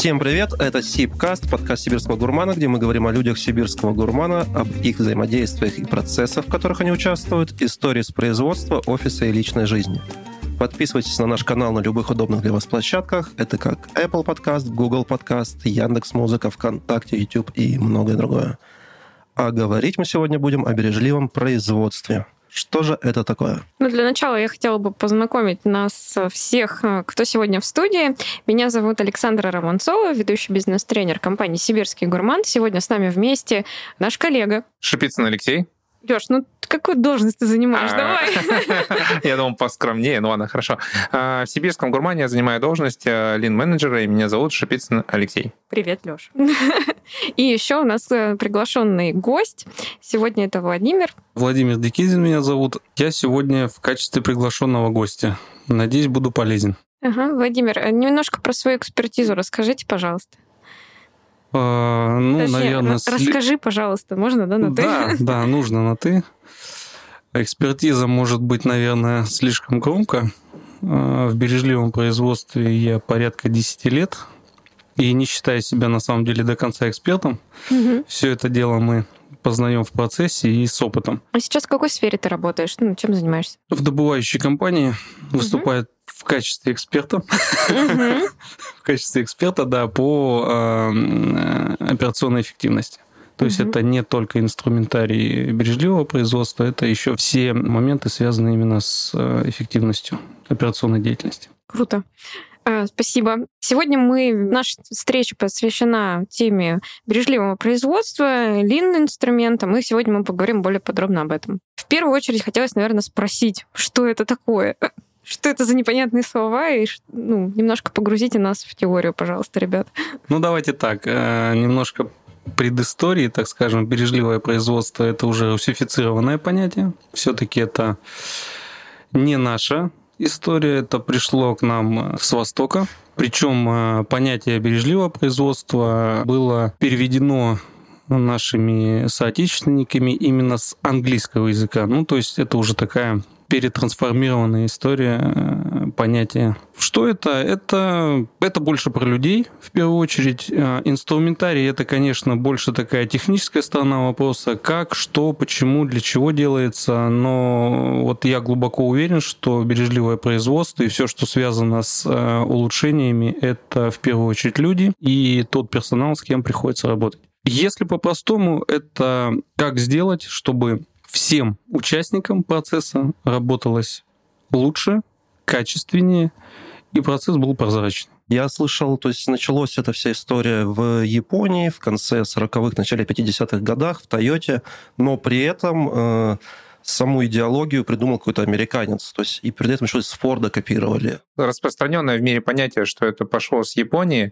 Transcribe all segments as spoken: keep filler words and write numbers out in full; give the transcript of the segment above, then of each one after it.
Всем привет, это Сибкаст, подкаст сибирского гурмана, где мы говорим о людях сибирского гурмана, об их взаимодействиях и процессах, в которых они участвуют, истории с производства, офиса и личной жизни. Подписывайтесь на наш канал на любых удобных для вас площадках. Это как Apple Podcast, Google Podcast, Яндекс.Музыка, ВКонтакте, YouTube и многое другое. А говорить мы сегодня будем о бережливом производстве. Что же это такое? Ну, для начала я хотела бы познакомить нас всех, кто сегодня в студии. Меня зовут Александра Романцова, ведущий бизнес-тренер компании «Сибирский гурман». Сегодня с нами вместе наш коллега Шипицын Алексей. Лёш, ну какую должность ты занимаешь? Давай. Я думал, поскромнее. Ну ладно, хорошо. В «Сибирском гурмане» я занимаю должность лин-менеджера, и меня зовут Шипицын Алексей. Привет, Лёш. И еще у нас приглашенный гость. Сегодня это Владимир. Владимир Дикизин меня зовут. Я сегодня в качестве приглашенного гостя. Надеюсь, буду полезен. Ага, Владимир, немножко про свою экспертизу расскажите, пожалуйста. А, ну, Точнее, наверное, расскажи, сли... пожалуйста, можно, да, на «ты»? Да, да, нужно на «ты». Экспертиза может быть, наверное, слишком громко. В бережливом производстве я порядка десять лет, и не считаю себя на самом деле до конца экспертом. Угу. Все это дело мы познаем в процессе и с опытом. А сейчас в какой сфере ты работаешь? Ну, чем занимаешься? В добывающей компании выступает угу. в качестве эксперта. Угу. В качестве эксперта, да, по э, операционной эффективности. То есть угу. это не только инструментарий бережливого производства, это еще все моменты, связанные именно с эффективностью операционной деятельности. Круто. Спасибо. Сегодня мы, наша встреча посвящена теме бережливого производства, лин-инструментам, и сегодня мы поговорим более подробно об этом. В первую очередь хотелось, наверное, спросить, что это такое? Что это за непонятные слова? И ну, немножко погрузите нас в теорию, пожалуйста, ребят. Ну, давайте так, немножко предыстории, так скажем. Бережливое производство – это уже русифицированное понятие. Все-таки это не наша история, это пришло к нам с Востока. Причем понятие бережливого производства было переведено нашими соотечественниками именно с английского языка. Ну, то есть это уже такая перетрансформированная история понятия. Что это? Это, это больше про людей, в первую очередь. Инструментарий — это, конечно, больше такая техническая сторона вопроса, как, что, почему, для чего делается. Но вот я глубоко уверен, что бережливое производство и все, что связано с улучшениями, это в первую очередь люди и тот персонал, с кем приходится работать. Если по-простому, это как сделать, чтобы всем участникам процесса работалось лучше, качественнее, и процесс был прозрачный. Я слышал, то есть началась эта вся история в Японии в конце сороковых, начале пятидесятых годах в Тойоте, но при этом э, саму идеологию придумал какой-то американец. То есть и при этом еще с Форда копировали. Распространенное в мире понятие, что это пошло с Японии.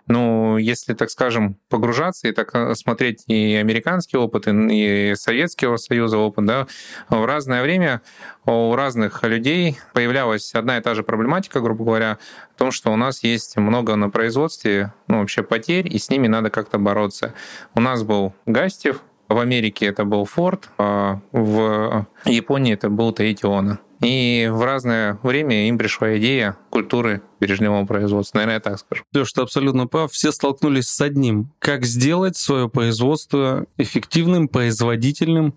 Но если, так скажем, погружаться и так смотреть и американский опыт, и Советского Союза опыт, да, в разное время у разных людей появлялась одна и та же проблематика, грубо говоря, в том, что у нас есть много на производстве, ну, вообще потерь, и с ними надо как-то бороться. У нас был Гастев, в Америке это был Форд, а в Японии это был Toyota Ohno. И в разное время им пришла идея культуры бережливого производства. Наверное, я так скажу. Лёш, ты абсолютно прав. Все столкнулись с одним. Как сделать свое производство эффективным, производительным?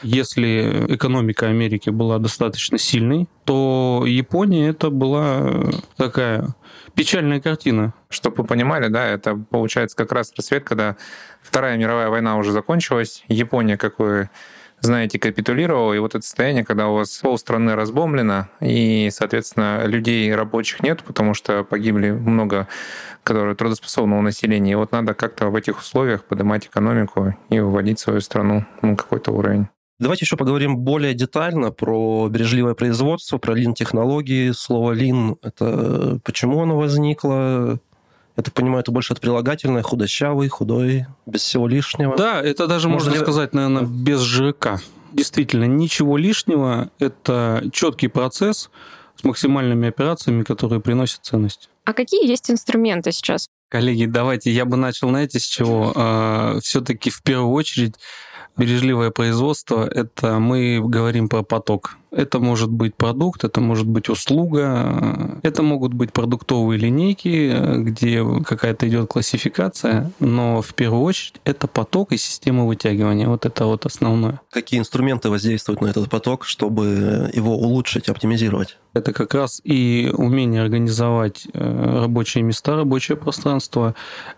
Если экономика Америки была достаточно сильной, то Япония это была такая печальная картина. Чтобы вы понимали, да, это получается как раз рассвет, когда Вторая мировая война уже закончилась. Япония, как вы знаете, капитулировала, и вот это состояние, когда у вас полстраны разбомблено, и, соответственно, людей рабочих нет, потому что погибли много которые трудоспособного населения. И вот надо как-то в этих условиях поднимать экономику и выводить свою страну на какой-то уровень. Давайте еще поговорим более детально про бережливое производство, про лин-технологии. Слово «лин» — это почему оно возникло? Я так понимаю, это больше от прилагательное, худощавый, худой, без всего лишнего. Да, это даже можно, можно сказать, наверное, без ЖК. Действительно, ничего лишнего. Это четкий процесс с максимальными операциями, которые приносят ценность. А какие есть инструменты сейчас? Коллеги, давайте я бы начал, знаете, с чего? Все-таки в первую очередь Бережливое производство — это мы говорим про поток. Это может быть продукт, это может быть услуга, это могут быть продуктовые линейки, где какая-то идет классификация, но в первую очередь это поток и система вытягивания. Вот это вот основное. Какие инструменты воздействуют на этот поток, чтобы его улучшить, оптимизировать? Это как раз и умение организовать рабочие места, рабочее пространство.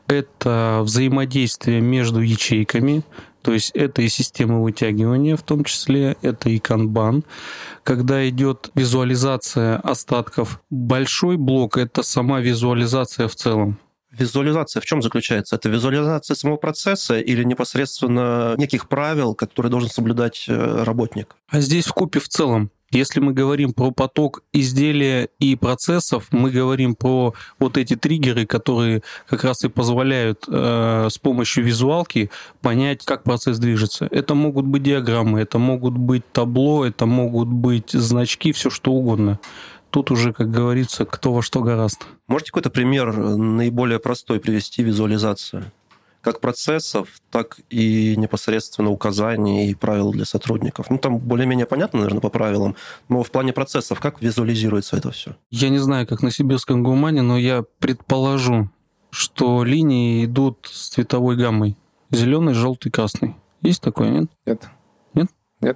Это взаимодействие между ячейками. То есть это и система вытягивания в том числе, это и канбан. Когда идет визуализация остатков, большой блок — это сама визуализация в целом. Визуализация в чем заключается? Это визуализация самого процесса или непосредственно неких правил, которые должен соблюдать работник? А здесь вкупе в целом. Если мы говорим про поток изделия и процессов, мы говорим про вот эти триггеры, которые как раз и позволяют э, с помощью визуалки понять, как процесс движется. Это могут быть диаграммы, это могут быть табло, это могут быть значки, все что угодно. Тут уже, как говорится, кто во что гораст. Можете какой-то пример наиболее простой привести визуализацию? Как процессов, так и непосредственно указаний и правил для сотрудников. Ну, там более-менее понятно, наверное, по правилам, но в плане процессов как визуализируется это все? Я не знаю, как на сибирском гурмане, но я предположу, что линии идут с цветовой гаммой. Зеленый, желтый, красный. Есть такое, нет? Нет. Нет? Нет.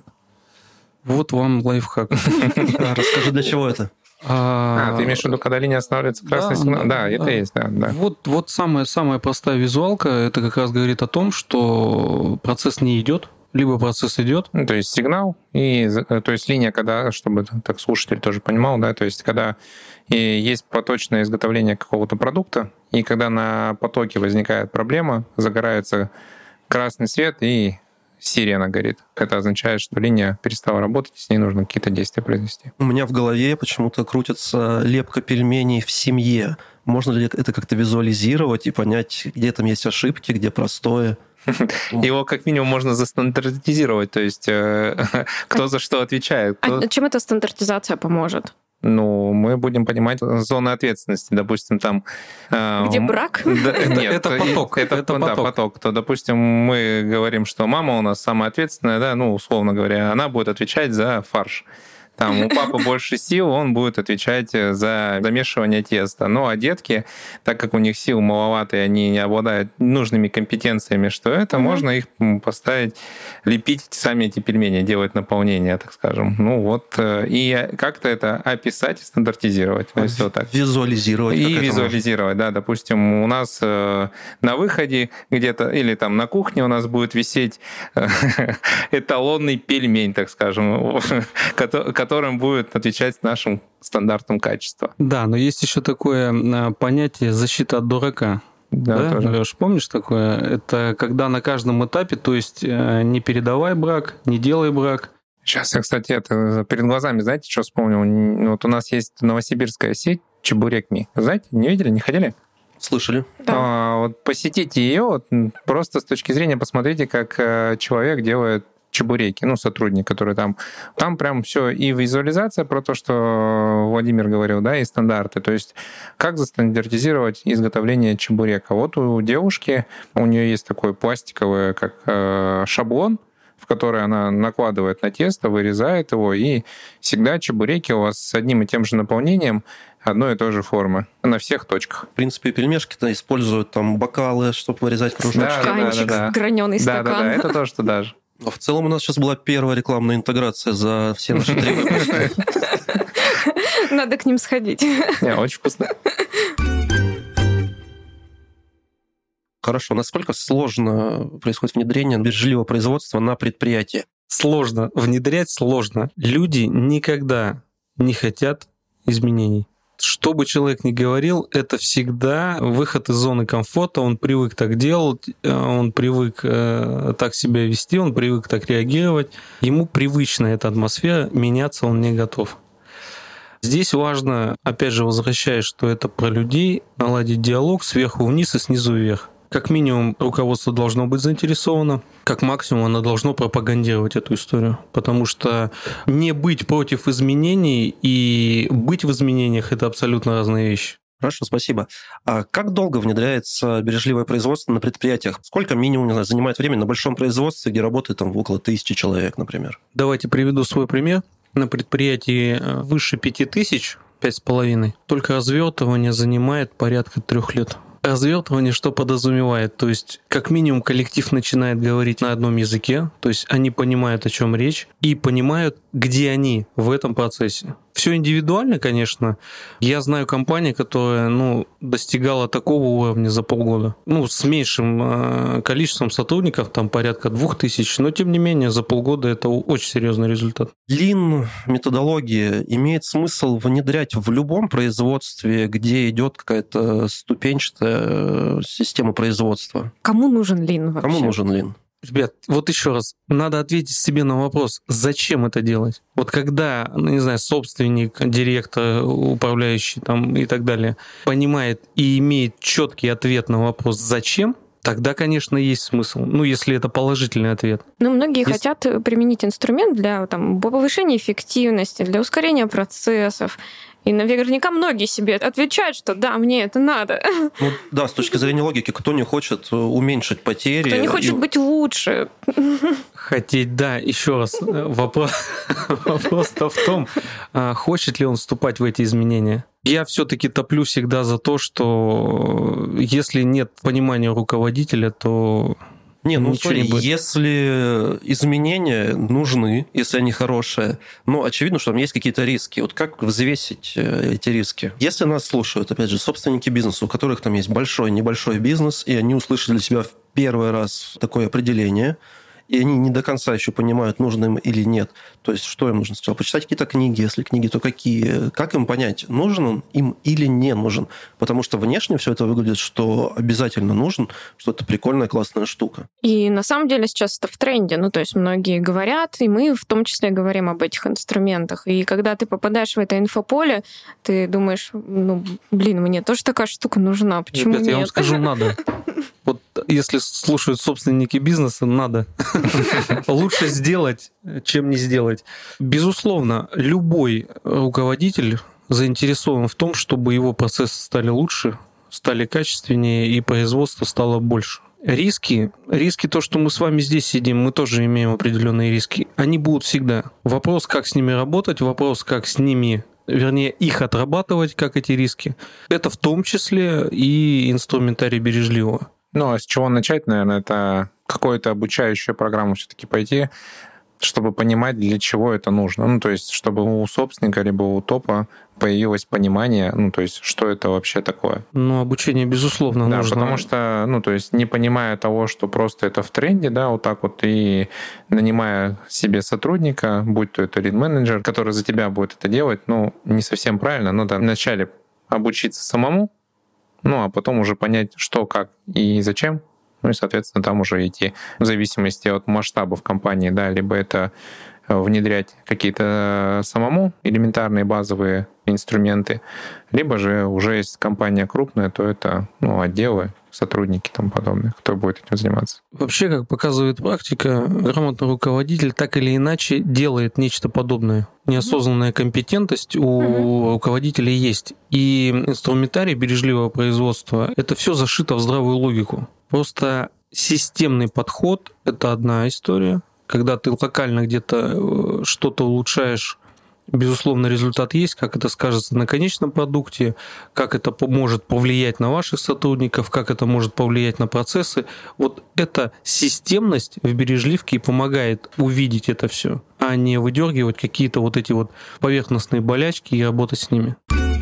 Вот вам лайфхак. Расскажи, для чего это? А, а, ты имеешь в виду, когда линия останавливается красный да, сигнал? Да, да, да, это да. есть, да. да. Вот, вот самая, самая простая визуалка, это как раз говорит о том, что процесс не идет, либо процесс идет. Ну, то есть сигнал, и, то есть линия, когда, чтобы так слушатель тоже понимал, да, то есть когда и есть поточное изготовление какого-то продукта, и когда на потоке возникает проблема, загорается красный свет, и сирена горит. Это означает, что линия перестала работать, и с ней нужно какие-то действия произвести. У меня в голове почему-то крутится лепка пельменей в семье. Можно ли это как-то визуализировать и понять, где там есть ошибки, где простое? Его как минимум можно застандартизировать, то есть кто за что отвечает. Кто... А чем эта стандартизация поможет? Ну, мы будем понимать зоны ответственности, допустим, там... Где брак? Да, нет, это поток. Это, это да, поток. поток. То, допустим, мы говорим, что мама у нас самая ответственная, да, ну, условно говоря, она будет отвечать за фарш. Там у папы больше сил, он будет отвечать за замешивание теста. Ну, а детки, так как у них сил маловато, и они не обладают нужными компетенциями, что это, mm-hmm. можно их поставить, лепить сами эти пельмени, делать наполнение, так скажем. Ну, вот. И как-то это описать и стандартизировать. А, вот так. Визуализировать. И визуализировать, да. Допустим, у нас на выходе где-то, или там на кухне у нас будет висеть эталонный пельмень, так скажем, который которым будет отвечать нашим стандартам качества. Да, но есть еще такое понятие защита от дурака. Да, да? Леш, помнишь такое? Это когда на каждом этапе, то есть не передавай брак, не делай брак. Сейчас я, кстати, это перед глазами, знаете, что вспомнил? Вот у нас есть новосибирская сеть Чебурекми. Знаете, не видели, не ходили? Слышали. Да. А, вот посетите ее, вот, просто с точки зрения посмотрите, как человек делает чебуреки, ну, сотрудник, который там... Там прям все и визуализация про то, что Владимир говорил, да, и стандарты. То есть как застандартизировать изготовление чебурека. Вот у девушки, у нее есть такой пластиковый, как э, шаблон, в который она накладывает на тесто, вырезает его, и всегда чебуреки у вас с одним и тем же наполнением одной и той же формы на всех точках. В принципе, пельмешки-то используют там бокалы, чтобы вырезать кружочки. Стаканчик, да, да, да. граненый да, стакан. Да, да, это тоже туда же. А в целом у нас сейчас была первая рекламная интеграция за все наши три выпуска. Надо к ним сходить. Не, очень вкусно. Хорошо. Насколько сложно происходит внедрение бережливого производства на предприятии? Сложно. Внедрять сложно. Люди никогда не хотят изменений. Что бы человек ни говорил, это всегда выход из зоны комфорта. Он привык так делать, он привык э, так себя вести, он привык так реагировать. Ему привычна эта атмосфера, меняться он не готов. Здесь важно, опять же, возвращаясь, что это про людей, наладить диалог сверху вниз и снизу вверх. Как минимум, руководство должно быть заинтересовано, как максимум оно должно пропагандировать эту историю. Потому что не быть против изменений и быть в изменениях — это абсолютно разные вещи. Хорошо, спасибо. А как долго внедряется бережливое производство на предприятиях? Сколько минимум, не знаю, занимает время на большом производстве, где работает там около тысячи человек, например? Давайте приведу свой пример. На предприятии выше пяти тысяч, пять с половиной, только развертывание занимает порядка трех лет. Развертывание что подразумевает? То есть, как минимум, коллектив начинает говорить на одном языке, то есть они понимают, о чем речь, и понимают, где они в этом процессе. Все индивидуально, конечно. Я знаю компании, которая ну, достигала такого уровня за полгода. Ну, с меньшим э, количеством сотрудников, там порядка двух тысяч, но тем не менее за полгода это очень серьезный результат. Lean методология имеет смысл внедрять в любом производстве, где идет какая-то ступенчатая система производства. Кому нужен Lean вообще? Кому нужен Lean? Ребят, вот еще раз, надо ответить себе на вопрос, зачем это делать? Вот когда, ну, не знаю, собственник, директор, управляющий там и так далее понимает и имеет четкий ответ на вопрос «зачем?», тогда, конечно, есть смысл. Ну, если это положительный ответ. Ну, многие Если... хотят применить инструмент для там, повышения эффективности, для ускорения процессов. И наверняка многие себе отвечают, что да, мне это надо. Ну, да, с точки зрения логики, кто не хочет уменьшить потери? Кто не хочет и... быть лучше. Хотеть, да, еще раз. Вопрос, вопрос-то в том, хочет ли он вступать в эти изменения. Я все-таки топлю всегда за то, что если нет понимания руководителя, то... Не, ну Ничего смотри, не будет. если изменения нужны, если они хорошие, ну, очевидно, что там есть какие-то риски. Вот как взвесить эти риски? Если нас слушают, опять же, собственники бизнеса, у которых там есть большой, небольшой бизнес, и они услышали для себя в первый раз такое определение, и они не до конца еще понимают, нужно им или нет. То есть, что им нужно сначала? Почитать какие-то книги, если книги, то какие? Как им понять, нужен он им или не нужен? Потому что внешне все это выглядит, что обязательно нужен, что это прикольная, классная штука. И на самом деле сейчас это в тренде. Ну, то есть многие говорят, и мы в том числе говорим об этих инструментах. И когда ты попадаешь в это инфополе, ты думаешь, ну, блин, мне тоже такая штука нужна, почему Ребят, нет? я вам скажу, надо. Вот если слушают собственники бизнеса, надо. Лучше сделать, чем не сделать. Безусловно, любой руководитель заинтересован в том, чтобы его процессы стали лучше, стали качественнее и производство стало больше. Риски, риски, то, что мы с вами здесь сидим, мы тоже имеем определенные риски. Они будут всегда. Вопрос, как с ними работать, вопрос, как с ними, вернее, их отрабатывать, как эти риски. Это в том числе и инструментарий бережливого. Ну, а с чего начать, наверное, это какую-то обучающую программу все-таки пойти, чтобы понимать, для чего это нужно. Ну, то есть, чтобы у собственника либо у топа появилось понимание, ну, то есть, что это вообще такое. Ну, обучение, безусловно, да, нужно. потому что, ну, то есть, не понимая того, что просто это в тренде, да, вот так вот, и нанимая себе сотрудника, будь то это лид-менеджер, который за тебя будет это делать, ну, не совсем правильно. Надо вначале обучиться самому, ну, а потом уже понять, что, как и зачем. Ну и, соответственно, там уже идти в зависимости от масштабов компании, да, либо это внедрять какие-то самому элементарные базовые инструменты, либо же уже если компания крупная, то это ну, отделы, сотрудники и тому подобное, кто будет этим заниматься. Вообще, как показывает практика, грамотный руководитель так или иначе делает нечто подобное. Неосознанная компетентность у руководителей есть. И инструментарий бережливого производства — это все зашито в здравую логику. Просто системный подход — это одна история. Когда ты локально где-то что-то улучшаешь, безусловно, результат есть, как это скажется на конечном продукте, как это может повлиять на ваших сотрудников, как это может повлиять на процессы. Вот эта системность в бережливке и помогает увидеть это все, а не выдергивать какие-то вот эти вот поверхностные болячки и работать с ними.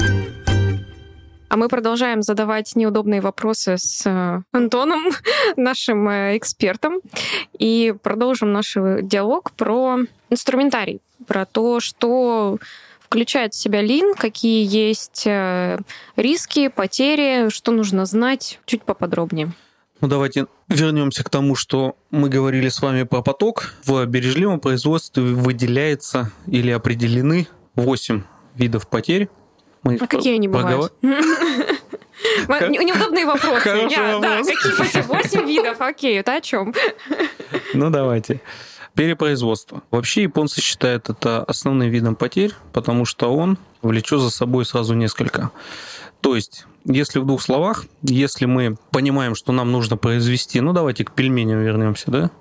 А мы продолжаем задавать неудобные вопросы с Антоном, нашим экспертом, и продолжим наш диалог про инструментарий, про то, что включает в себя Lean, какие есть риски, потери, что нужно знать, чуть поподробнее. Ну, давайте вернемся к тому, что мы говорили с вами про поток. В бережливом производстве выделяется или определены восемь видов потерь. Мы а какие они бывают? Неудобные вопросы. Хороший вопрос. Да, какие потери? Восемь видов, окей, это о чем? Ну, давайте. Перепроизводство. Вообще японцы считают это основным видом потерь, потому что он влечет за собой сразу несколько. То есть Если в двух словах, если мы понимаем, что нам нужно произвести, ну давайте к пельменям вернемся, да?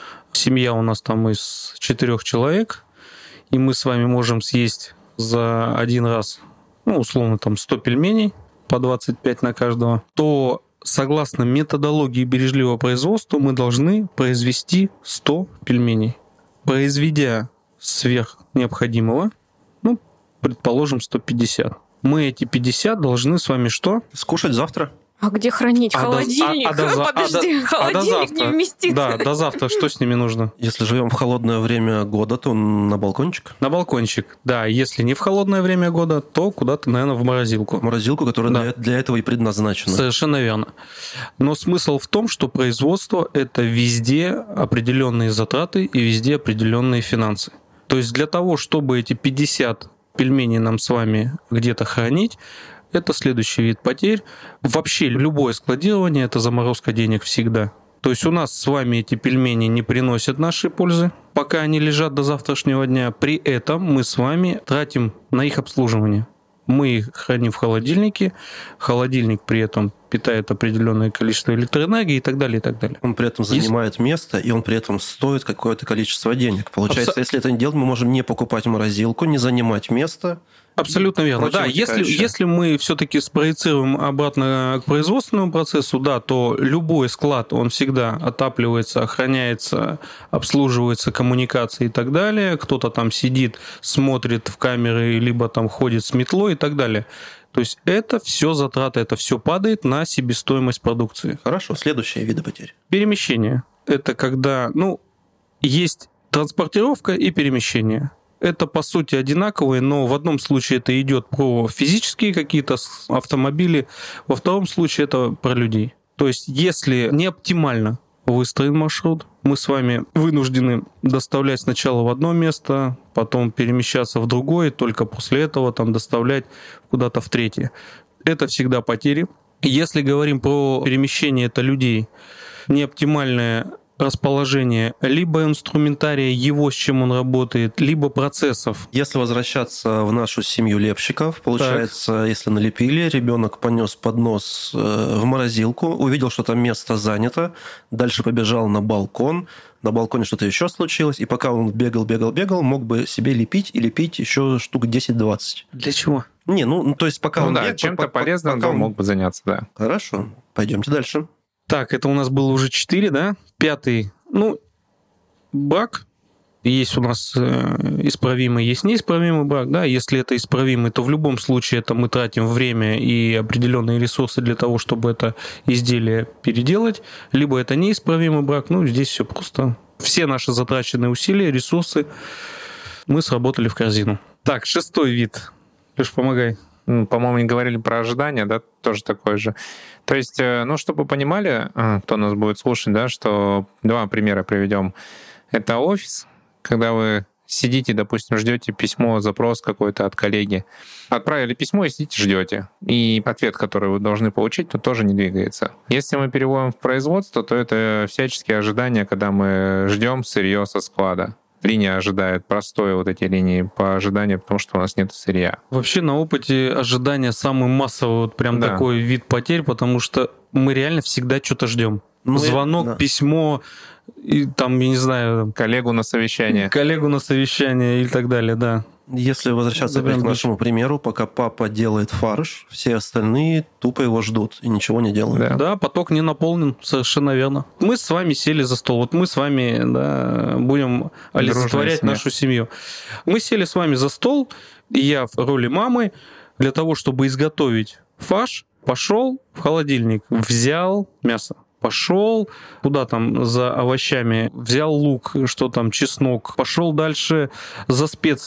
Семья у нас там из четырех человек, и мы с вами можем съесть за один раз, ну, условно, там сто пельменей, по двадцать пять на каждого, то согласно методологии бережливого производства мы должны произвести сто пельменей. Произведя сверх необходимого, ну, предположим, сто пятьдесят. Мы эти пятьдесят должны с вами что? Скушать завтра. А где хранить? А до- Холодильник? а- а до за- Подожди, а до- а до холодильник не завтра? вместится. Да, до завтра что с ними нужно? Если живем в холодное время года, то на балкончик. На балкончик. Да, если не в холодное время года, то куда-то, наверное, в морозилку. Морозилку, которая Да. для, для этого и предназначена. Совершенно верно. Но смысл в том, что производство – это везде определенные затраты и везде определенные финансы. То есть для того, чтобы эти пятьдесят пельменей нам с вами где-то хранить, это следующий вид потерь. Вообще любое складирование – это заморозка денег всегда. То есть у нас с вами эти пельмени не приносят нашей пользы, пока они лежат до завтрашнего дня. При этом мы с вами тратим на их обслуживание. Мы их храним в холодильнике, холодильник при этом питает определенное количество электроэнергии и так далее, и так далее. Он при этом занимает место, и он при этом стоит какое-то количество денег. Получается, Абсо- если это не делать, мы можем не покупать морозилку, не занимать место. Абсолютно верно. Да, если, Противотекающее. если мы все-таки спроецируем обратно к производственному процессу, да, то любой склад, он всегда отапливается, охраняется, обслуживается, коммуникации и так далее. Кто-то там сидит, смотрит в камеры, либо там ходит с метлой и так далее. То есть это все затраты, это все падает на себестоимость продукции. Хорошо, следующие виды потерь. Перемещение. Это когда, ну, есть транспортировка и перемещение. Это, по сути, одинаковые, но в одном случае это идет про физические какие-то автомобили, во втором случае это про людей. То есть если не оптимально выстроен маршрут, мы с вами вынуждены доставлять сначала в одно место, потом перемещаться в другое, только после этого там доставлять куда-то в третье. Это всегда потери. Если говорим про перемещение это людей, неоптимальное расположение либо инструментария его, с чем он работает, либо процессов. Если возвращаться в нашу семью лепщиков, получается, так. Если налепили, ребенок понес поднос в морозилку, увидел, что там место занято, дальше побежал на балкон, на балконе что-то еще случилось, и пока он бегал, бегал, бегал, мог бы себе лепить и лепить еще штук десять-двадцать. Для чего? Не, ну, то есть пока ну, он... да, бег, чем-то пока, полезным пока он он мог бы заняться, да. Хорошо, пойдемте дальше. Так, это у нас было уже четыре, да? Пятый, ну, брак. Есть у нас исправимый, есть неисправимый брак, да? Если это исправимый, то в любом случае это мы тратим время и определенные ресурсы для того, чтобы это изделие переделать. Либо это неисправимый брак, ну, здесь все просто. Все наши затраченные усилия, ресурсы мы сработали в корзину. Так, шестой вид. Леш, помогай. По-моему, не говорили про ожидания, да, тоже такое же. То есть, ну, чтобы вы понимали, кто нас будет слушать, да, что два примера приведем. Это офис, когда вы сидите, допустим, ждете письмо, запрос какой-то от коллеги. Отправили письмо и сидите, ждете. И ответ, который вы должны получить, то тоже не двигается. Если мы переводим в производство, то это всяческие ожидания, когда мы ждем сырье со склада. Линия ожидает простое вот эти линии по ожиданию, потому что у нас нет сырья. Вообще на опыте ожидания самый массовый вот прям да. такой вид потерь, потому что мы реально всегда что-то ждем. Ну, звонок, да. письмо, и там, я не знаю... Коллегу на совещание. Коллегу на совещание и так далее, да. Если возвращаться да, к нашему примеру, пока папа делает фарш, все остальные тупо его ждут и ничего не делают. Да, да, поток не наполнен, совершенно верно. Мы с вами сели за стол, вот мы с вами да, будем олицетворять нашу семью. Мы сели с вами за стол, и я в роли мамы для того, чтобы изготовить фарш, пошел в холодильник, взял мясо. Пошел куда там за овощами, взял лук, что там, чеснок, пошел дальше за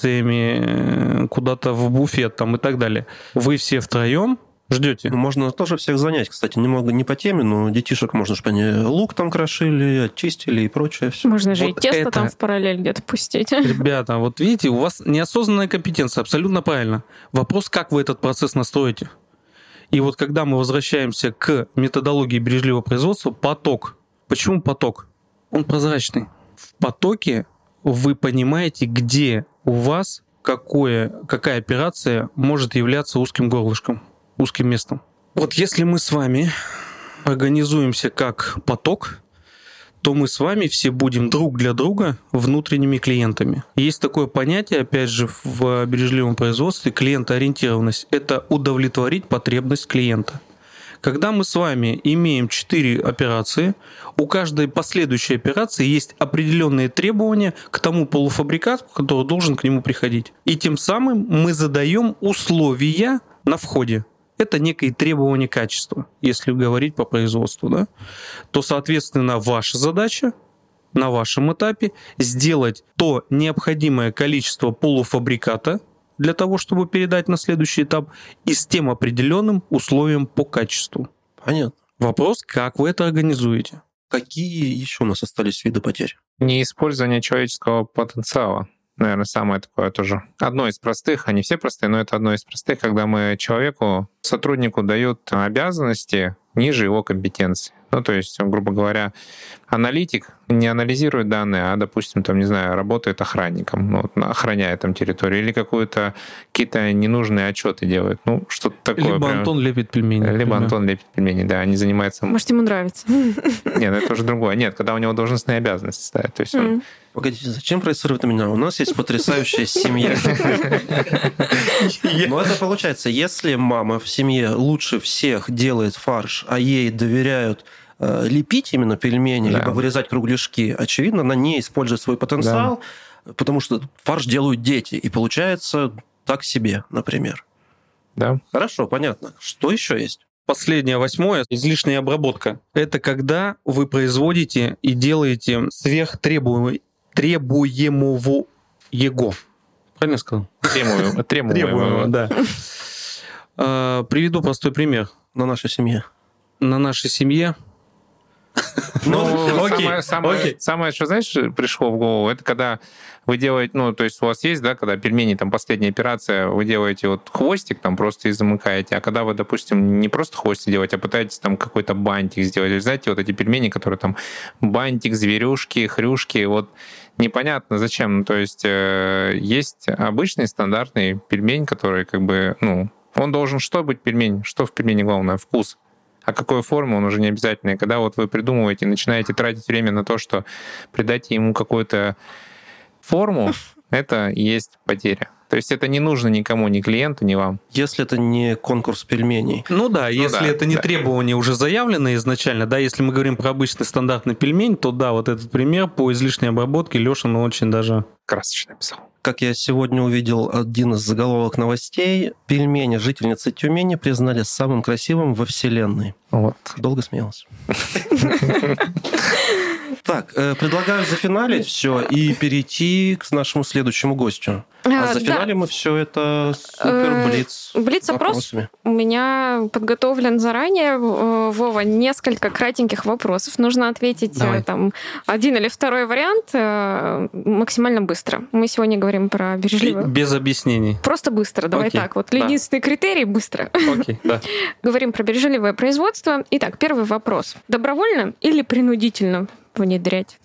специями куда-то в буфет там и так далее. Вы все втроем ждете? Можно тоже всех занять, кстати, немного не по теме, но детишек можно, чтобы они лук там крошили, очистили и прочее. Все. Можно же вот и тесто это... там в параллель где-то пустить. Ребята, вот видите, у вас неосознанная компетенция, абсолютно правильно. Вопрос, как вы этот процесс настроите? И вот когда мы возвращаемся к методологии бережливого производства, поток. Почему поток? Он прозрачный. В потоке вы понимаете, где у вас какое, какая операция может являться узким горлышком, узким местом. Вот если мы с вами организуемся как поток, то мы с вами все будем друг для друга внутренними клиентами. Есть такое понятие, опять же, в бережливом производстве, клиентоориентированность. Это удовлетворить потребность клиента. Когда мы с вами имеем четыре операции, у каждой последующей операции есть определенные требования к тому полуфабрикату, который должен к нему приходить. И тем самым мы задаем условия на входе. Это некие требования качества, если говорить по производству, да? То, соответственно, ваша задача на вашем этапе сделать то необходимое количество полуфабриката для того, чтобы передать на следующий этап, и с тем определенным условием по качеству. Понятно. Вопрос, как вы это организуете? Какие еще у нас остались виды потерь? Неиспользование человеческого потенциала. Наверное, самое такое тоже. Одно из простых, они все простые, но это одно из простых, когда мы человеку, сотруднику дают обязанности ниже его компетенции. Ну, то есть, грубо говоря, аналитик не анализирует данные, а, допустим, там, не знаю, работает охранником, ну, охраняет там территорию, или какую-то, какие-то ненужные отчеты делает. Ну, что-то такое. Либо прям... Антон лепит пельмени. Либо например. Антон лепит пельмени, да, они занимаются... Может, ему нравится. Нет, это уже другое. Нет, когда у него должностные обязанности ставят. То есть он... Погодите, зачем проецируют на меня? У нас есть потрясающая семья. Но это получается, если мама в семье лучше всех делает фарш, а ей доверяют э, лепить именно пельмени, Да. либо вырезать кругляшки, очевидно, она не использует свой потенциал, потому что фарш делают дети, и получается так себе, например. Да. Хорошо, понятно. Что еще есть? Последнее, восьмое, излишняя обработка. Это когда вы производите и делаете сверхтребуемое требуемого его. Правильно я сказал? Требуемого. Требуемого, да. А, Приведу простой пример. На нашей семье. На нашей семье. Ну, окей, самое, самое, окей. самое, что, знаешь, пришло в голову, это когда вы делаете, ну, то есть у вас есть, да, когда пельмени, там, последняя операция, вы делаете вот хвостик там просто и замыкаете, а когда вы, допустим, не просто хвостик делаете, а пытаетесь там какой-то бантик сделать, знаете, вот эти пельмени, которые там бантик, зверюшки, хрюшки, вот непонятно зачем, ну, то есть э, есть обычный стандартный пельмень, который как бы, ну, он должен что быть пельмень, что в пельмени главное? Вкус. А какой формы, он уже не обязательно. И когда вот вы придумываете, начинаете тратить время на то, что придайте ему какую-то форму, это и есть потеря. То есть это не нужно никому, ни клиенту, ни вам. Если это не конкурс пельменей. Ну да, если да, это не да. требование уже заявленное изначально, да, если мы говорим про обычный стандартный пельмень, то да, вот этот пример по излишней обработке Лешин очень даже... Красочно писал. Как я сегодня увидел один из заголовок новостей, пельмени жительницы Тюмени признали самым красивым во Вселенной. Вот. Долго смеялась. Так, предлагаю зафиналить все и перейти к нашему следующему гостю. А зафиналим мы все это супер-блиц. Блиц-опрос у меня подготовлен заранее. Вова, несколько кратеньких вопросов. Нужно ответить там один или второй вариант максимально быстро. Мы сегодня говорим про бережливое. Без объяснений. Просто быстро, давай Окей, так. Вот да. единственный критерий — быстро. Окей, да. Говорим про бережливое производство. Итак, первый вопрос. Добровольно или принудительно внедрять?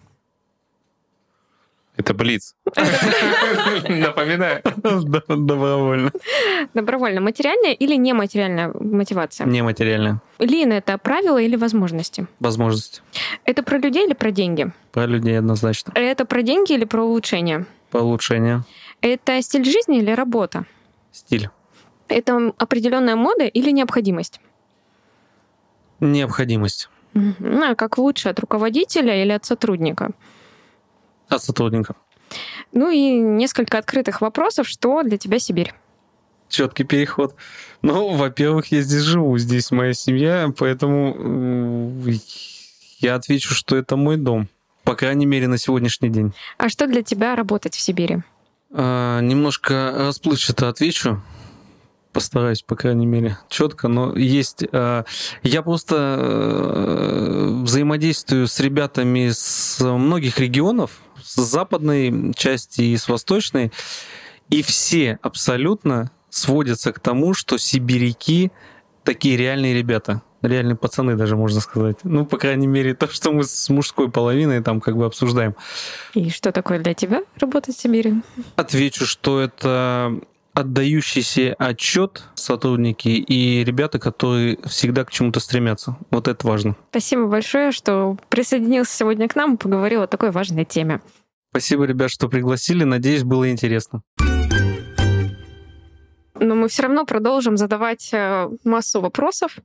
Это блиц. Напоминаю. Добровольно. Добровольно. Материальная или нематериальная мотивация? Нематериально. Лин — это правила или возможности? Возможность. Это про людей или про деньги? Про людей однозначно. Это про деньги или про улучшение? По улучшению. Это стиль жизни или работа? Стиль. Это определенная мода или необходимость? Необходимость. Угу. А как лучше, от руководителя или от сотрудника? От сотрудника. Ну и несколько открытых вопросов. Что для тебя Сибирь? Четкий переход. Ну, во-первых, я здесь живу, здесь моя семья, поэтому я отвечу, что это мой дом. По крайней мере, на сегодняшний день. А что для тебя работать в Сибири? А, немножко расплывчато отвечу. Постараюсь, по крайней мере, четко, но есть... Э, я просто э, взаимодействую с ребятами с многих регионов, с западной части и с восточной, и все абсолютно сводятся к тому, что сибиряки такие реальные ребята, реальные пацаны даже, можно сказать. Ну, по крайней мере, то, что мы с мужской половиной там как бы обсуждаем. И что такое для тебя работать в Сибири? Отвечу, что это... отдающий себе отчет сотрудники и ребята, которые всегда к чему-то стремятся. Вот это важно. Спасибо большое, что присоединился сегодня к нам и поговорил о такой важной теме. Спасибо, ребят, что пригласили. Надеюсь, было интересно. Но мы все равно продолжим задавать массу вопросов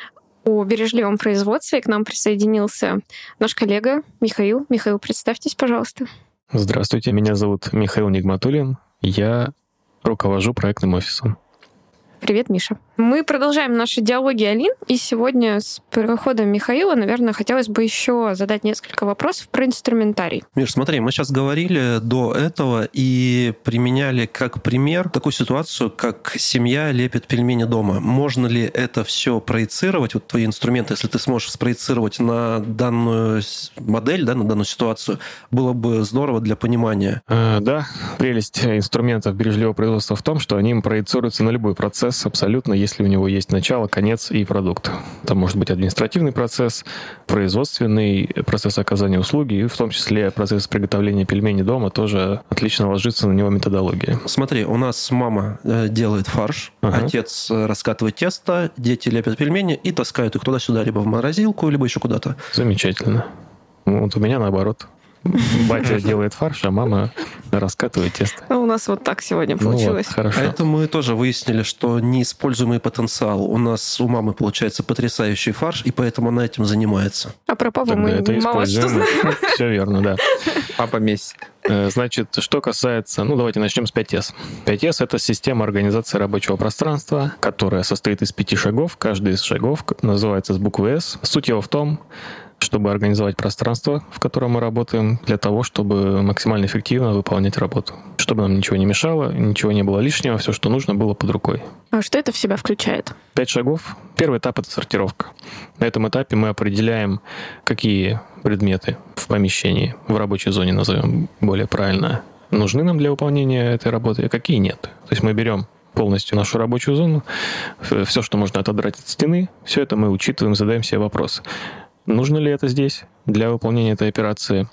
о бережливом производстве. К нам присоединился наш коллега Михаил. Михаил, представьтесь, пожалуйста. Здравствуйте, меня зовут Михаил Нигматуллин. Я руковожу проектным офисом. Привет, Миша. Мы продолжаем наши диалоги о Lean, и сегодня с приходом Михаила, наверное, хотелось бы еще задать несколько вопросов про инструментарий. Миш, смотри, мы сейчас говорили до этого и применяли как пример такую ситуацию, как семья лепит пельмени дома. Можно ли это все проецировать, вот твои инструменты, если ты сможешь спроецировать на данную модель, да, на данную ситуацию, было бы здорово для понимания. А, да, прелесть инструментов бережливого производства в том, что они проецируются на любой процесс абсолютно, если у него есть начало, конец и продукт. Там может быть административный процесс, производственный процесс оказания услуги, и в том числе процесс приготовления пельменей дома тоже отлично ложится на него методология. Смотри, у нас мама делает фарш, ага. Отец раскатывает тесто, дети лепят пельмени и таскают их туда-сюда, либо в морозилку, либо еще куда-то. Замечательно. Вот у меня наоборот. Батя делает фарш, а мама раскатывает тесто. Ну, у нас вот так сегодня получилось. Ну вот, хорошо. А это мы тоже выяснили, что неиспользуемый потенциал. У нас у мамы получается потрясающий фарш, и поэтому она этим занимается. А про папу Тогда мы это мало что знаем. Все верно, да. Папа месяц. Значит, что касается... Ну, давайте начнем с пять эс. пять эс — это система организации рабочего пространства, которая состоит из пяти шагов. Каждый из шагов называется с буквы «С». Суть его в том, чтобы организовать пространство, в котором мы работаем, для того, чтобы максимально эффективно выполнять работу. Чтобы нам ничего не мешало, ничего не было лишнего, все, что нужно, было под рукой. А что это в себя включает? Пять шагов. Первый этап — это сортировка. На этом этапе мы определяем, какие предметы в помещении, в рабочей зоне, назовем более правильно, нужны нам для выполнения этой работы, а какие нет. То есть мы берем полностью нашу рабочую зону, все, что можно отодрать от стены, все это мы учитываем, задаем себе вопрос. Нужно ли это здесь для выполнения этой операции?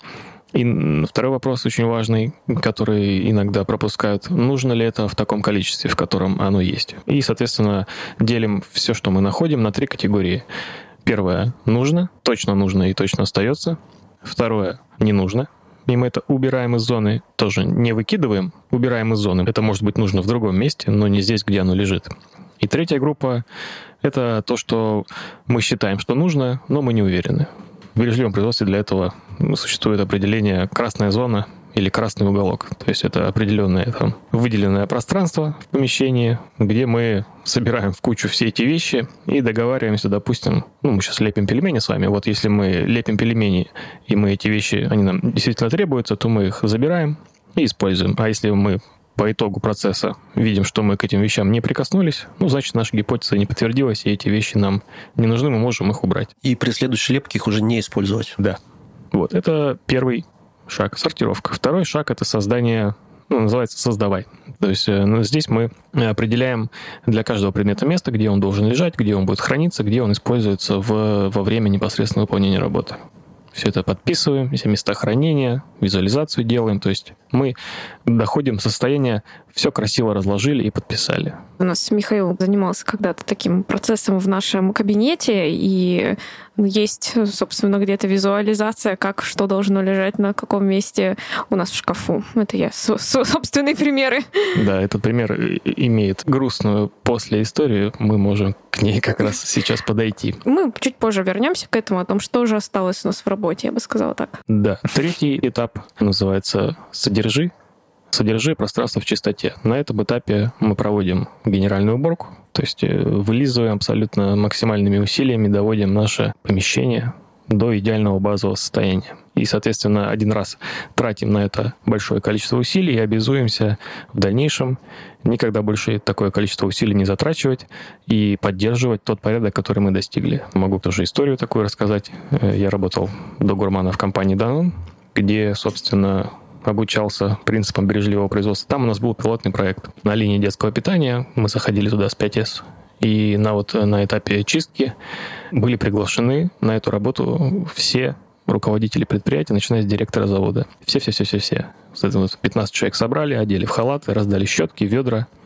И второй вопрос очень важный, который иногда пропускают. Нужно ли это в таком количестве, в котором оно есть? И, соответственно, делим все, что мы находим, на три категории. Первое — нужно, точно нужно и точно остается. Второе — не нужно. И мы это убираем из зоны, тоже не выкидываем, убираем из зоны. Это может быть нужно в другом месте, но не здесь, где оно лежит. И третья группа — это то, что мы считаем, что нужно, но мы не уверены. В бережливом производстве для этого существует определение «красная зона» или «красный уголок». То есть это определенное там выделенное пространство в помещении, где мы собираем в кучу все эти вещи и договариваемся, допустим, ну, мы сейчас лепим пельмени с вами, вот если мы лепим пельмени, и мы эти вещи, они нам действительно требуются, то мы их забираем и используем. А если мы по итогу процесса видим, что мы к этим вещам не прикоснулись, ну, значит, наша гипотеза не подтвердилась, и эти вещи нам не нужны, мы можем их убрать. И при следующей лепке их уже не использовать. Да. Вот, это первый шаг, сортировка. Второй шаг — это создание, ну, называется «создавай». То есть ну, здесь мы определяем для каждого предмета место, где он должен лежать, где он будет храниться, где он используется в, во время непосредственного выполнения работы. Все это подписываем, все места хранения, визуализацию делаем. То есть мы доходим до состояния, все красиво разложили и подписали. У нас Михаил занимался когда-то таким процессом в нашем кабинете, и есть, собственно, где-то визуализация, как что должно лежать на каком месте у нас в шкафу. Это я со- со- собственные примеры. Да, этот пример имеет грустную послеисторию. Мы можем к ней как раз сейчас подойти. Мы чуть позже вернемся к этому, о том, что же осталось у нас в работе, я бы сказала так. Да. Третий этап называется «содержи». Содержи пространство в чистоте. На этом этапе мы проводим генеральную уборку, то есть вылизываем абсолютно максимальными усилиями, доводим наше помещение до идеального базового состояния. И, соответственно, один раз тратим на это большое количество усилий и обязуемся в дальнейшем никогда больше такое количество усилий не затрачивать и поддерживать тот порядок, который мы достигли. Могу тоже историю такую рассказать. Я работал до гурмана в компании Danone, где, собственно, обучался принципам бережливого производства. Там у нас был пилотный проект на линии детского питания. Мы заходили туда с пять эс. И на, вот, на этапе чистки были приглашены на эту работу все руководители предприятия, начиная с директора завода. Все-все-все-все-все. пятнадцать человек собрали, одели в халаты, раздали щетки, ведра.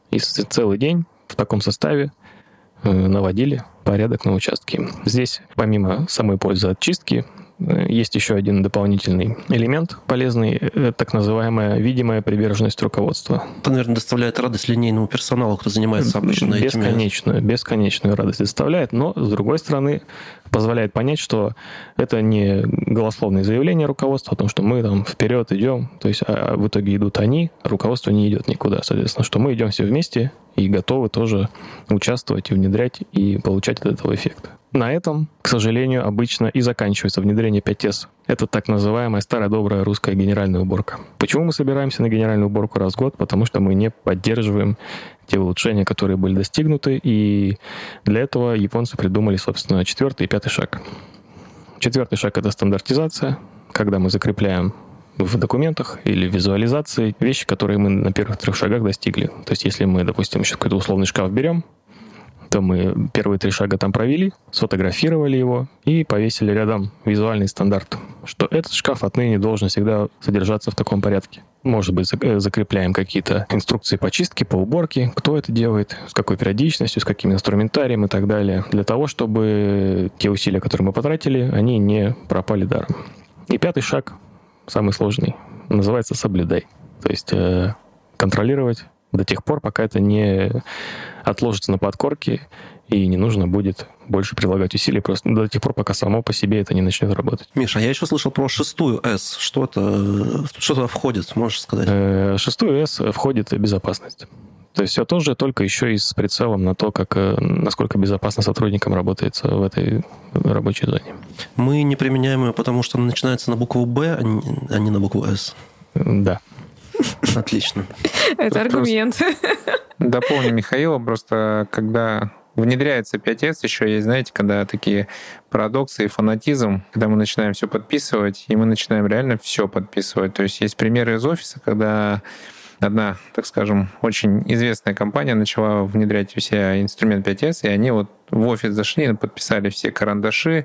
И целый день в таком составе наводили порядок на участке. Здесь, помимо самой пользы от чистки, есть еще один дополнительный элемент полезный, так называемая видимая приверженность руководства. Это, наверное, доставляет радость линейному персоналу, кто занимается обычно этими. Бесконечную, бесконечную радость доставляет, но, с другой стороны, позволяет понять, что это не голословное заявление руководства о том, что мы там вперед идем, то есть а в итоге идут они, а руководство не идет никуда, соответственно, что мы идем все вместе и готовы тоже участвовать и внедрять и получать от этого эффект. На этом, к сожалению, обычно и заканчивается внедрение пять эс. Это так называемая старая добрая русская генеральная уборка. Почему мы собираемся на генеральную уборку раз в год? Потому что мы не поддерживаем те улучшения, которые были достигнуты, и для этого японцы придумали, собственно, четвертый и пятый шаг. Четвертый шаг — это стандартизация, когда мы закрепляем в документах или в визуализации вещи, которые мы на первых трех шагах достигли. То есть если мы, допустим, сейчас какой-то условный шкаф берем, то мы первые три шага там провели, сфотографировали его и повесили рядом визуальный стандарт, что этот шкаф отныне должен всегда содержаться в таком порядке. Может быть, закрепляем какие-то инструкции по чистке, по уборке, кто это делает, с какой периодичностью, с каким инструментарием и так далее, для того, чтобы те усилия, которые мы потратили, они не пропали даром. И пятый шаг, самый сложный, называется «соблюдай». То есть э, контролировать до тех пор, пока это не отложится на подкорке и не нужно будет больше прилагать усилий, просто до тех пор, пока само по себе это не начнет работать. Миша, я еще слышал про шестую С. Что это, что туда входит, можешь сказать? Шестую С входит безопасность. То есть все тоже, только еще и с прицелом на то, как, насколько безопасно сотрудникам работается в этой рабочей зоне. Мы не применяем ее, потому что она начинается на букву «Б», а не на букву «С». Да. Отлично. Это аргумент. Дополню Михаила, просто когда внедряется пять эс, еще есть, знаете, когда такие парадоксы и фанатизм, когда мы начинаем все подписывать, и мы начинаем реально все подписывать. То есть есть примеры из офиса, когда одна, так скажем, очень известная компания начала внедрять все инструмент пять эс, и они вот в офис зашли и подписали все карандаши,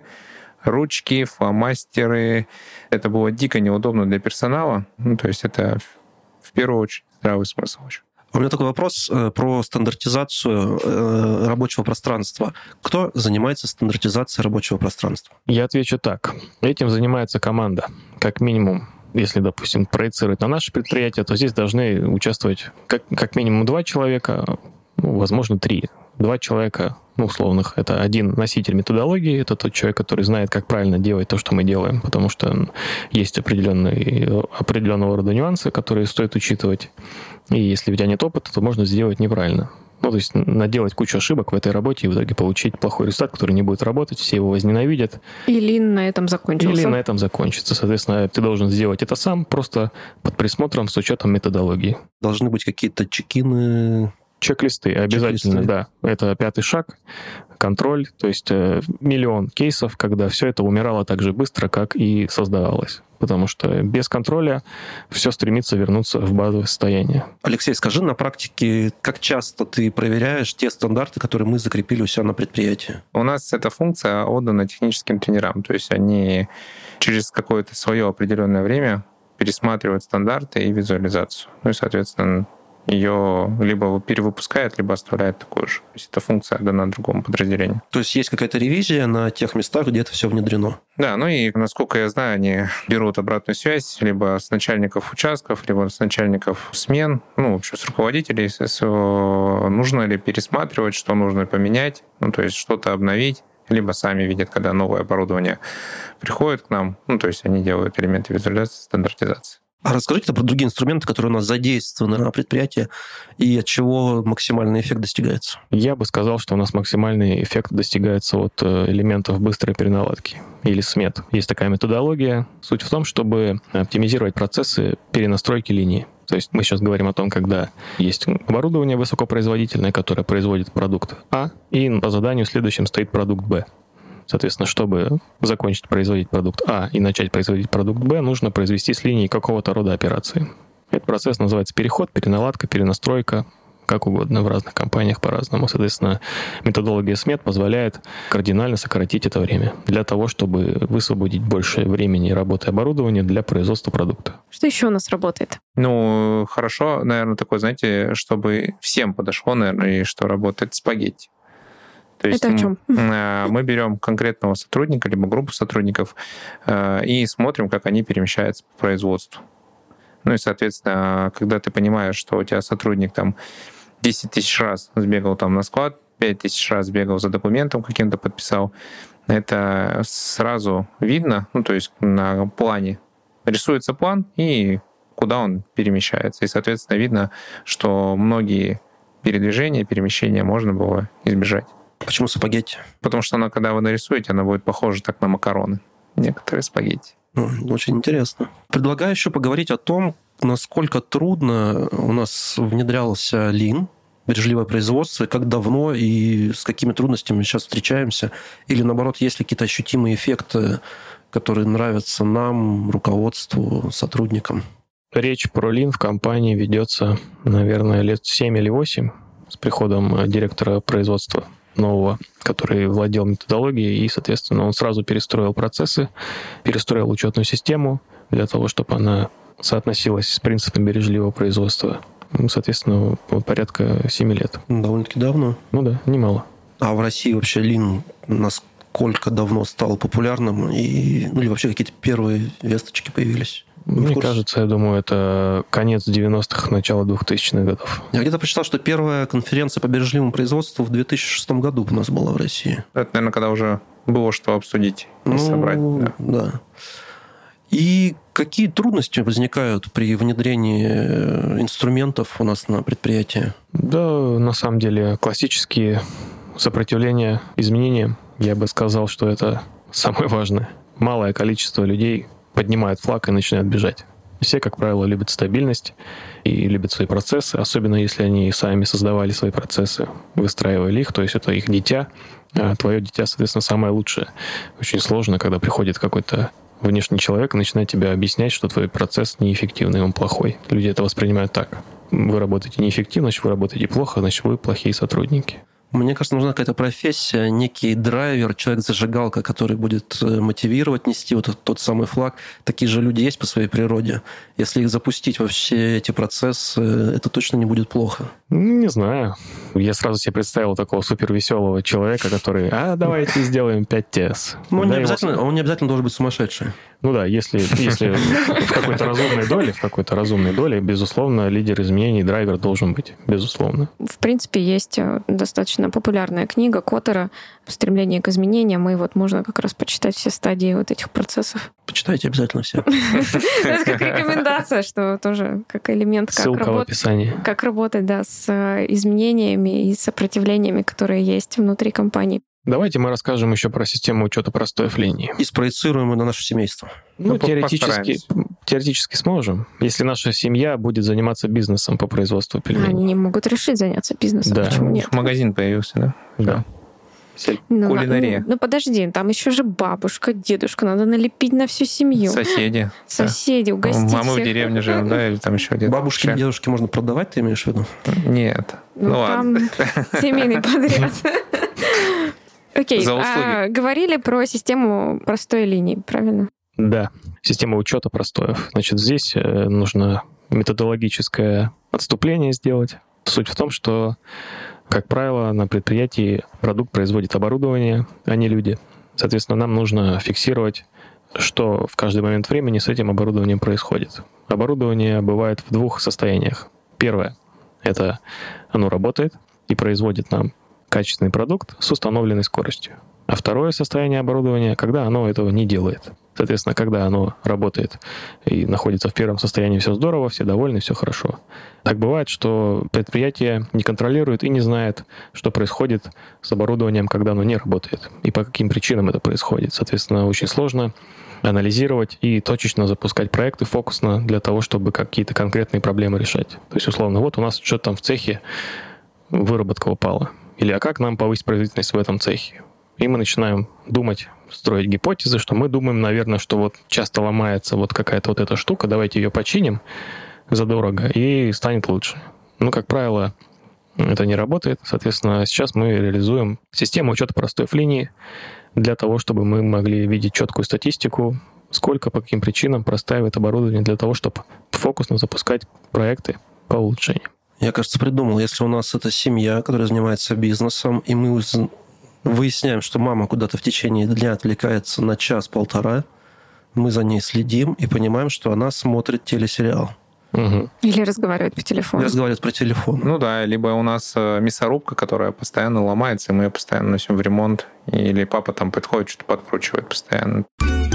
ручки, фломастеры. Это было дико неудобно для персонала. Ну, то есть это в первую очередь здравый смысл очень. У меня такой вопрос про стандартизацию рабочего пространства. Кто занимается стандартизацией рабочего пространства? Я отвечу так. Этим занимается команда. Как минимум, если, допустим, проецировать на наше предприятие, то здесь должны участвовать как, как минимум два человека, ну, возможно, три. Два человека, ну, условных. Это один носитель методологии, это тот человек, который знает, как правильно делать то, что мы делаем, потому что есть определенные, определенного рода нюансы, которые стоит учитывать. И если у тебя нет опыта, то можно сделать неправильно. Ну, то есть наделать кучу ошибок в этой работе и в итоге получить плохой результат, который не будет работать, все его возненавидят. И лин на этом закончился. Или на этом закончится. Соответственно, ты должен сделать это сам, просто под присмотром с учетом методологии. Должны быть какие-то чекины... Чек-листы, обязательно, Чек-листы. Да. Это пятый шаг, контроль, то есть э, миллион кейсов, когда все это умирало так же быстро, как и создавалось. Потому что без контроля все стремится вернуться в базовое состояние. Алексей, скажи на практике, как часто ты проверяешь те стандарты, которые мы закрепили у себя на предприятии? У нас эта функция отдана техническим тренерам, то есть они через какое-то свое определенное время пересматривают стандарты и визуализацию. Ну и, соответственно, ее либо перевыпускает, либо оставляет такую же. То есть эта функция дана другому подразделению. То есть есть какая-то ревизия на тех местах, где это все внедрено? Да, ну и, насколько я знаю, они берут обратную связь либо с начальников участков, либо с начальников смен, ну, в общем, с руководителей, с, нужно ли пересматривать, что нужно поменять, ну, то есть что-то обновить, либо сами видят, когда новое оборудование приходит к нам, ну, то есть они делают элементы визуализации, стандартизации. А расскажите про другие инструменты, которые у нас задействованы на предприятии, и от чего максимальный эффект достигается? Я бы сказал, что у нас максимальный эффект достигается от элементов быстрой переналадки или смет. Есть такая методология. Суть в том, чтобы оптимизировать процессы перенастройки линии. То есть мы сейчас говорим о том, когда есть оборудование высокопроизводительное, которое производит продукт А, и по заданию следующим стоит продукт Б. Соответственно, чтобы закончить производить продукт А и начать производить продукт Б, нужно произвести с линии какого-то рода операции. Этот процесс называется переход, переналадка, перенастройка, как угодно в разных компаниях по-разному. Соответственно, методология смет позволяет кардинально сократить это время для того, чтобы высвободить больше времени работы оборудования для производства продукта. Что еще у нас работает? Ну, хорошо, наверное, такое, знаете, чтобы всем подошло, наверное, и что работает спагетти. То есть это о чем? Мы берем конкретного сотрудника, либо группу сотрудников и смотрим, как они перемещаются по производству. Ну и, соответственно, когда ты понимаешь, что у тебя сотрудник там десять тысяч раз сбегал там на склад, пять тысяч раз бегал за документом каким-то, подписал, это сразу видно, ну то есть на плане рисуется план и куда он перемещается. И, соответственно, видно, что многие передвижения, перемещения можно было избежать. Почему спагетти? Потому что она, когда вы нарисуете, она будет похожа так на макароны. Некоторые спагетти. Очень интересно. Предлагаю еще поговорить о том, насколько трудно у нас внедрялся Lean, бережливое производство, и как давно и с какими трудностями мы сейчас встречаемся. Или, наоборот, есть ли какие-то ощутимые эффекты, которые нравятся нам, руководству, сотрудникам? Речь про Lean в компании ведется, наверное, лет семь или восемь с приходом директора производства нового, который владел методологией, и, соответственно, он сразу перестроил процессы, перестроил учетную систему для того, чтобы она соотносилась с принципом бережливого производства. Соответственно, порядка семи лет. Довольно-таки давно. Ну да, немало. А в России вообще Lean насколько давно стал популярным? И, ну, или вообще какие-то первые весточки появились? Мне кажется, я думаю, это конец девяностых, начало двухтысячных годов. Я где-то прочитал, что первая конференция по бережливому производству в две тысячи шестом году у нас была в России. Это, наверное, когда уже было что обсудить и ну, собрать. Да. да. И какие трудности возникают при внедрении инструментов у нас на предприятии? Да, на самом деле, классические сопротивления изменениям, я бы сказал, что это самое важное. Малое количество людей поднимают флаг и начинают бежать. Все, как правило, любят стабильность и любят свои процессы, особенно если они сами создавали свои процессы, выстраивали их, то есть это их дитя, а твое дитя, соответственно, самое лучшее. Очень сложно, когда приходит какой-то внешний человек и начинает тебе объяснять, что твой процесс неэффективный, он плохой. Люди это воспринимают так. Вы работаете неэффективно, значит, вы работаете плохо, значит, вы плохие сотрудники. Мне кажется, нужна какая-то профессия, некий драйвер, человек-зажигалка, который будет мотивировать нести вот тот самый флаг. Такие же люди есть по своей природе. Если их запустить во все эти процессы, это точно не будет плохо. Не знаю. Я сразу себе представил такого супервеселого человека, который, а, давайте сделаем пять ти эс. Ну, он не, обязательно, он не обязательно должен быть сумасшедший. Ну да, если, если в какой-то разумной доле, в какой-то разумной доле, безусловно, лидер изменений, драйвер должен быть, безусловно. В принципе, есть достаточно популярная книга Коттера «Стремление к изменениям», и вот можно как раз почитать все стадии вот этих процессов. Почитайте обязательно все. Это как рекомендация, что тоже как элемент, ссылка в описании. Как работать, да, с изменениями и сопротивлениями, которые есть внутри компании. Давайте мы расскажем еще про систему учета простоев линий. И спроецируем ее на наше семейство. Ну, ну теоретически, теоретически сможем, если наша семья будет заниматься бизнесом по производству пельменей. Они могут решить заняться бизнесом, да. Почему нет? Магазин появился, да? Да. Ну, Кулинария. Ну, ну, подожди, там еще же бабушка, дедушка, надо налепить на всю семью. Соседи. Соседи, да. Угостить Мамы всех. В деревне живут, да, или там еще где-то. Бабушки и дедушки можно продавать, ты имеешь в виду? Нет. Ну, ну там ладно. семейный подряд. Окей, За услуги. а, говорили про систему простой линии, правильно? Да, система учета простоев. Значит, здесь нужно методологическое отступление сделать. Суть в том, что, как правило, на предприятии продукт производит оборудование, а не люди. Соответственно, нам нужно фиксировать, что в каждый момент времени с этим оборудованием происходит. Оборудование бывает в двух состояниях. Первое — это оно работает и производит нам качественный продукт с установленной скоростью. А второе состояние оборудования, когда оно этого не делает. Соответственно, когда оно работает и находится в первом состоянии, все здорово, все довольны, все хорошо. Так бывает, что предприятие не контролирует и не знает, что происходит с оборудованием, когда оно не работает, и по каким причинам это происходит. Соответственно, очень сложно анализировать и точечно запускать проекты фокусно для того, чтобы какие-то конкретные проблемы решать. То есть, условно, вот у нас что-то там в цехе выработка упала. Или а как нам повысить производительность в этом цехе? И мы начинаем думать, строить гипотезы, что мы думаем, наверное, что вот часто ломается вот какая-то вот эта штука, давайте ее починим задорого, и станет лучше. Ну, как правило, это не работает. Соответственно, сейчас мы реализуем систему учета простоев линии для того, чтобы мы могли видеть четкую статистику, сколько, по каким причинам простаивает оборудование для того, чтобы фокусно запускать проекты по улучшению. Я, кажется, придумал, если у нас это семья, которая занимается бизнесом, и мы выясняем, что мама куда-то в течение дня отвлекается на час-полтора, мы за ней следим и понимаем, что она смотрит телесериал. Угу. Или разговаривает по телефону. Или разговаривает по телефону. Ну да, либо у нас мясорубка, которая постоянно ломается, и мы ее постоянно носим в ремонт, или папа там подходит, что-то подкручивает постоянно.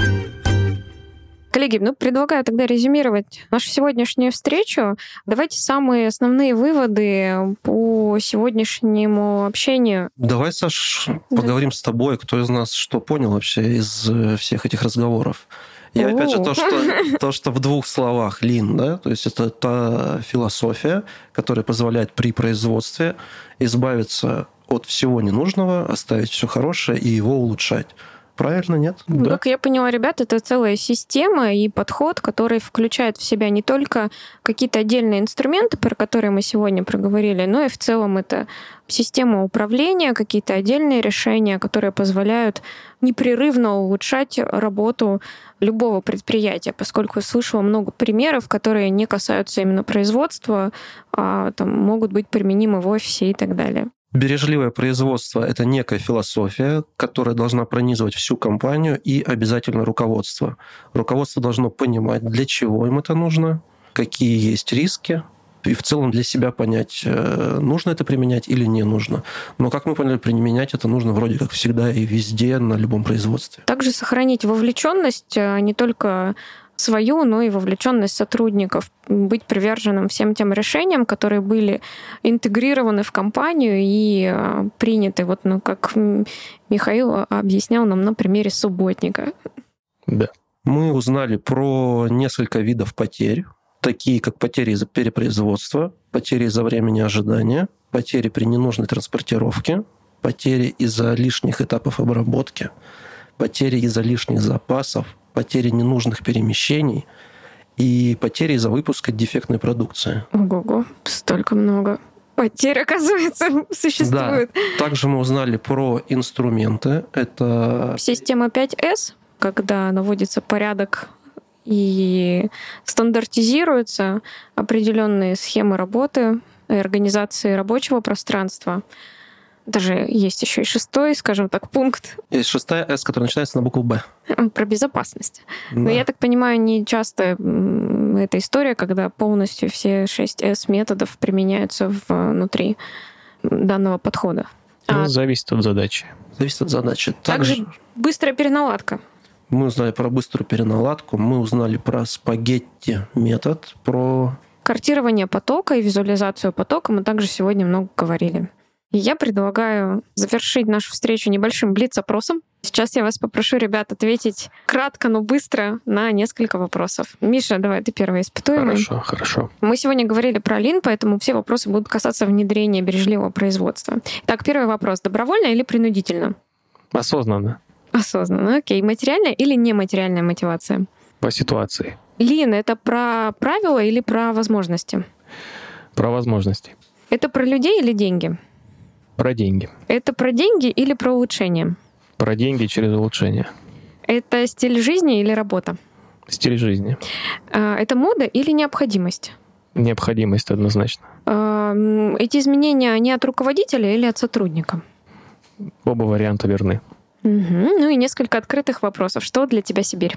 Коллеги, ну, предлагаю тогда резюмировать нашу сегодняшнюю встречу. Давайте самые основные выводы по сегодняшнему общению. Давай, Саш, поговорим с тобой, кто из нас что понял вообще из всех этих разговоров. И О. опять же, то что, то, что в двух словах Lean, да, то есть это та философия, которая позволяет при производстве избавиться от всего ненужного, оставить все хорошее и его улучшать. Правильно, нет? Ну, Да. как я поняла, ребят, это целая система и подход, который включает в себя не только какие-то отдельные инструменты, про которые мы сегодня проговорили, но и в целом это система управления, какие-то отдельные решения, которые позволяют непрерывно улучшать работу любого предприятия, поскольку я слышала много примеров, которые не касаются именно производства, а там могут быть применимы в офисе и так далее. Бережливое производство — это некая философия, которая должна пронизывать всю компанию и обязательно руководство. Руководство должно понимать, для чего им это нужно, какие есть риски, и в целом для себя понять, нужно это применять или не нужно. Но, как мы поняли, применять это нужно вроде как всегда и везде, на любом производстве. Также сохранить вовлеченность не только свою, но и вовлеченность сотрудников, быть приверженным всем тем решениям, которые были интегрированы в компанию и приняты, вот, ну, как Михаил объяснял нам на примере субботника. Да. Мы узнали про несколько видов потерь, такие как потери из-за перепроизводства, потери из-за времени ожидания, потери при ненужной транспортировке, потери из-за лишних этапов обработки, потери из-за лишних запасов, потери ненужных перемещений и потери из-за выпуска дефектной продукции. Ого-го, столько много потерь, оказывается, существует. Да. Также мы узнали про инструменты. Это система пять эс, когда наводится порядок и стандартизируются определенные схемы работы и организации рабочего пространства. Даже есть еще и шестой, скажем так, пункт. Есть шестая эс, которая начинается на букву Б. Про безопасность. Да. Но я так понимаю, не часто эта история, когда полностью все шесть эс методов применяются внутри данного подхода. Ну, А зависит от задачи. Зависит от задачи. также Также быстрая переналадка. мы узнали про быструю переналадку, мы узнали про спагетти метод, про... Картирование потока и визуализацию потока мы также сегодня много говорили. И я предлагаю завершить нашу встречу небольшим блиц-опросом. Сейчас я вас попрошу, ребят, ответить кратко, но быстро на несколько вопросов. Миша, давай, ты первый испытуемый. Хорошо, хорошо. Мы сегодня говорили про Lean, поэтому все вопросы будут касаться внедрения бережливого производства. Так, первый вопрос. Добровольно или принудительно? Осознанно, Осознанно. Окей. Материальная или нематериальная мотивация? по ситуации, Lean — это про правила или про возможности? про возможности, Это про людей или деньги? про деньги, Это про деньги или про улучшение? про деньги через улучшение, Это стиль жизни или работа? стиль жизни, А, Это мода или необходимость? необходимость однозначно. А, м, Эти изменения, они от руководителя или от сотрудника? Оба варианта верны. Мгм. Ну и несколько открытых вопросов. Что для тебя Сибирь?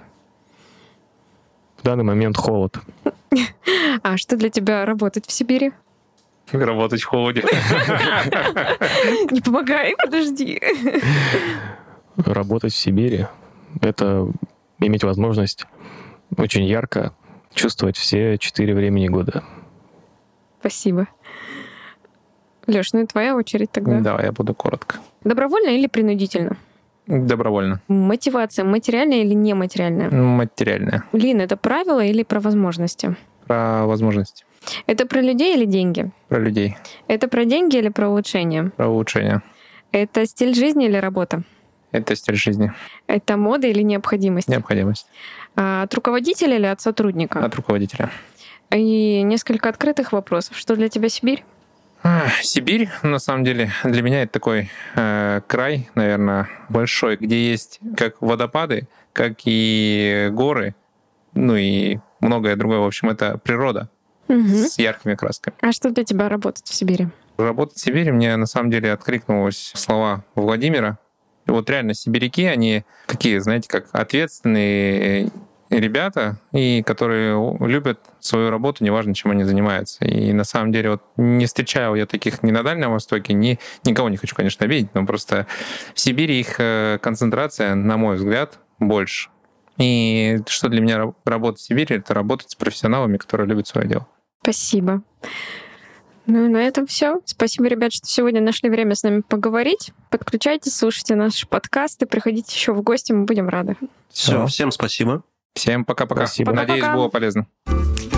В данный момент холод. А что для тебя работать в Сибири? Работать в холоде. Не помогай, подожди. Работать в Сибири — это иметь возможность очень ярко чувствовать все четыре времени года. Спасибо. Лёш, ну и твоя очередь тогда. Да, я буду коротко. Добровольно или принудительно? Добровольно. Мотивация материальная или нематериальная? Материальное. Лин, это правило или про возможности? Про возможности. Это про людей или деньги? Про людей. Это про деньги или про улучшение? Про улучшение. Это стиль жизни или работа? Это стиль жизни. Это мода или необходимость? Необходимость. А, от руководителя или от сотрудника? От руководителя. И несколько открытых вопросов. Что для тебя Сибирь? Сибирь, на самом деле, для меня это такой э, край, наверное, большой, где есть как водопады, как и горы, ну и многое другое. В общем, это природа Угу. с яркими красками. А что для тебя работать в Сибири? Работать в Сибири мне, на самом деле, откликнулось слова Владимира. И вот реально сибиряки, они такие, знаете, как ответственные ребята, и которые любят свою работу, неважно, чем они занимаются. И на самом деле вот не встречаю я таких ни на Дальнем Востоке, ни никого не хочу, конечно, обидеть, но просто в Сибири их концентрация, на мой взгляд, больше. И что для меня работа в Сибири, это работать с профессионалами, которые любят свое дело. Спасибо. Ну и на этом все. Спасибо, ребят, что сегодня нашли время с нами поговорить. Подключайтесь, слушайте наши подкасты, приходите еще в гости, мы будем рады. Все, всем спасибо. Всем пока-пока. Спасибо. Надеюсь, Пока-пока. было полезно.